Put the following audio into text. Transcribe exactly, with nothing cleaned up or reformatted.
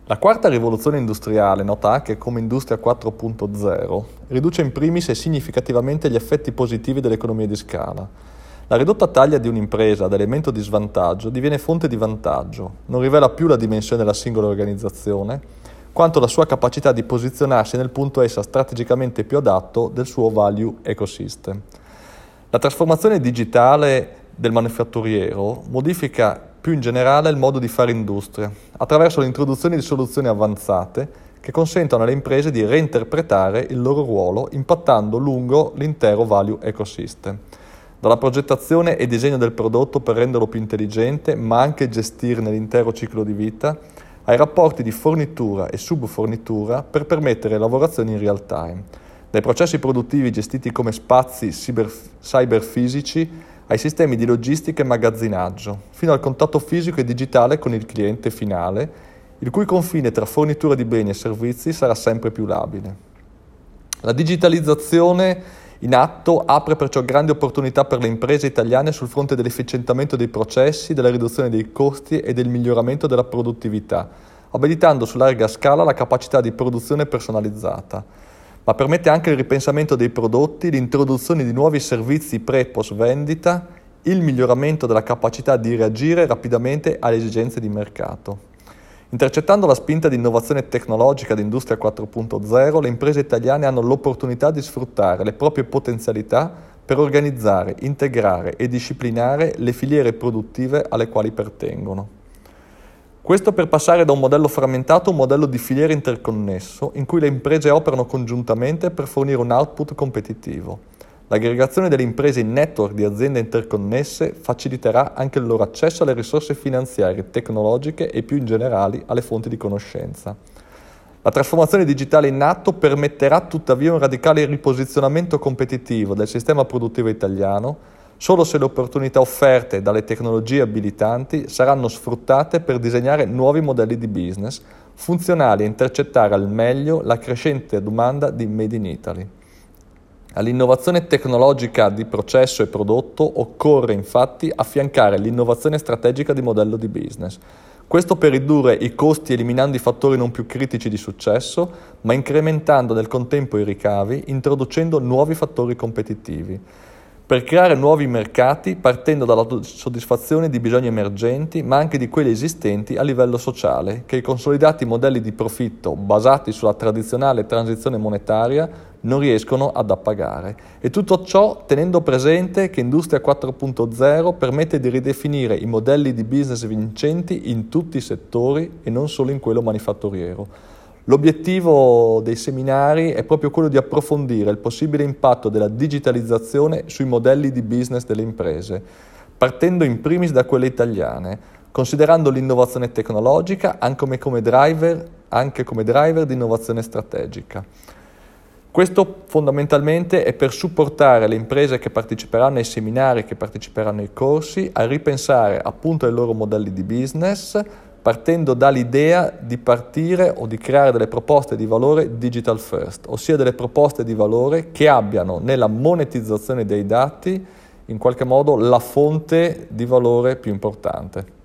La quarta rivoluzione industriale, nota anche come Industria quattro punto zero, riduce in primis e significativamente gli effetti positivi dell'economia di scala. La ridotta taglia di un'impresa da elemento di svantaggio diviene fonte di vantaggio, non rivela più la dimensione della singola organizzazione, quanto la sua capacità di posizionarsi nel punto essa strategicamente più adatto del suo value ecosystem. La trasformazione digitale del manifatturiero modifica più in generale il modo di fare industria, attraverso l'introduzione di soluzioni avanzate che consentono alle imprese di reinterpretare il loro ruolo impattando lungo l'intero value ecosystem. Dalla progettazione e disegno del prodotto per renderlo più intelligente, ma anche gestirne l'intero ciclo di vita, ai rapporti di fornitura e subfornitura per permettere lavorazioni in real time, dai processi produttivi gestiti come spazi cyber, cyberfisici ai sistemi di logistica e magazzinaggio, fino al contatto fisico e digitale con il cliente finale, il cui confine tra fornitura di beni e servizi sarà sempre più labile. La digitalizzazione in atto apre perciò grandi opportunità per le imprese italiane sul fronte dell'efficientamento dei processi, della riduzione dei costi e del miglioramento della produttività, abilitando su larga scala la capacità di produzione personalizzata, ma permette anche il ripensamento dei prodotti, l'introduzione di nuovi servizi pre e post vendita, il miglioramento della capacità di reagire rapidamente alle esigenze di mercato. Intercettando la spinta di innovazione tecnologica di Industria quattro punto zero, le imprese italiane hanno l'opportunità di sfruttare le proprie potenzialità per organizzare, integrare e disciplinare le filiere produttive alle quali pertengono. Questo per passare da un modello frammentato a un modello di filiera interconnesso, in cui le imprese operano congiuntamente per fornire un output competitivo. L'aggregazione delle imprese in network di aziende interconnesse faciliterà anche il loro accesso alle risorse finanziarie, tecnologiche e più in generale alle fonti di conoscenza. La trasformazione digitale in atto permetterà tuttavia un radicale riposizionamento competitivo del sistema produttivo italiano, solo se le opportunità offerte dalle tecnologie abilitanti saranno sfruttate per disegnare nuovi modelli di business funzionali a intercettare al meglio la crescente domanda di Made in Italy. All'innovazione tecnologica di processo e prodotto occorre infatti affiancare l'innovazione strategica di modello di business. Questo per ridurre i costi eliminando i fattori non più critici di successo, ma incrementando nel contempo i ricavi, introducendo nuovi fattori competitivi. Per creare nuovi mercati partendo dalla soddisfazione di bisogni emergenti, ma anche di quelli esistenti a livello sociale, che i consolidati modelli di profitto basati sulla tradizionale transizione monetaria non riescono ad appagare. E tutto ciò tenendo presente che Industria quattro punto zero permette di ridefinire i modelli di business vincenti in tutti i settori e non solo in quello manifatturiero. L'obiettivo dei seminari è proprio quello di approfondire il possibile impatto della digitalizzazione sui modelli di business delle imprese, partendo in primis da quelle italiane, considerando l'innovazione tecnologica anche come driver, anche come driver di innovazione strategica. Questo fondamentalmente è per supportare le imprese che parteciperanno ai seminari, che parteciperanno ai corsi, a ripensare appunto ai loro modelli di business, partendo dall'idea di partire o di creare delle proposte di valore digital first, ossia delle proposte di valore che abbiano nella monetizzazione dei dati in qualche modo la fonte di valore più importante.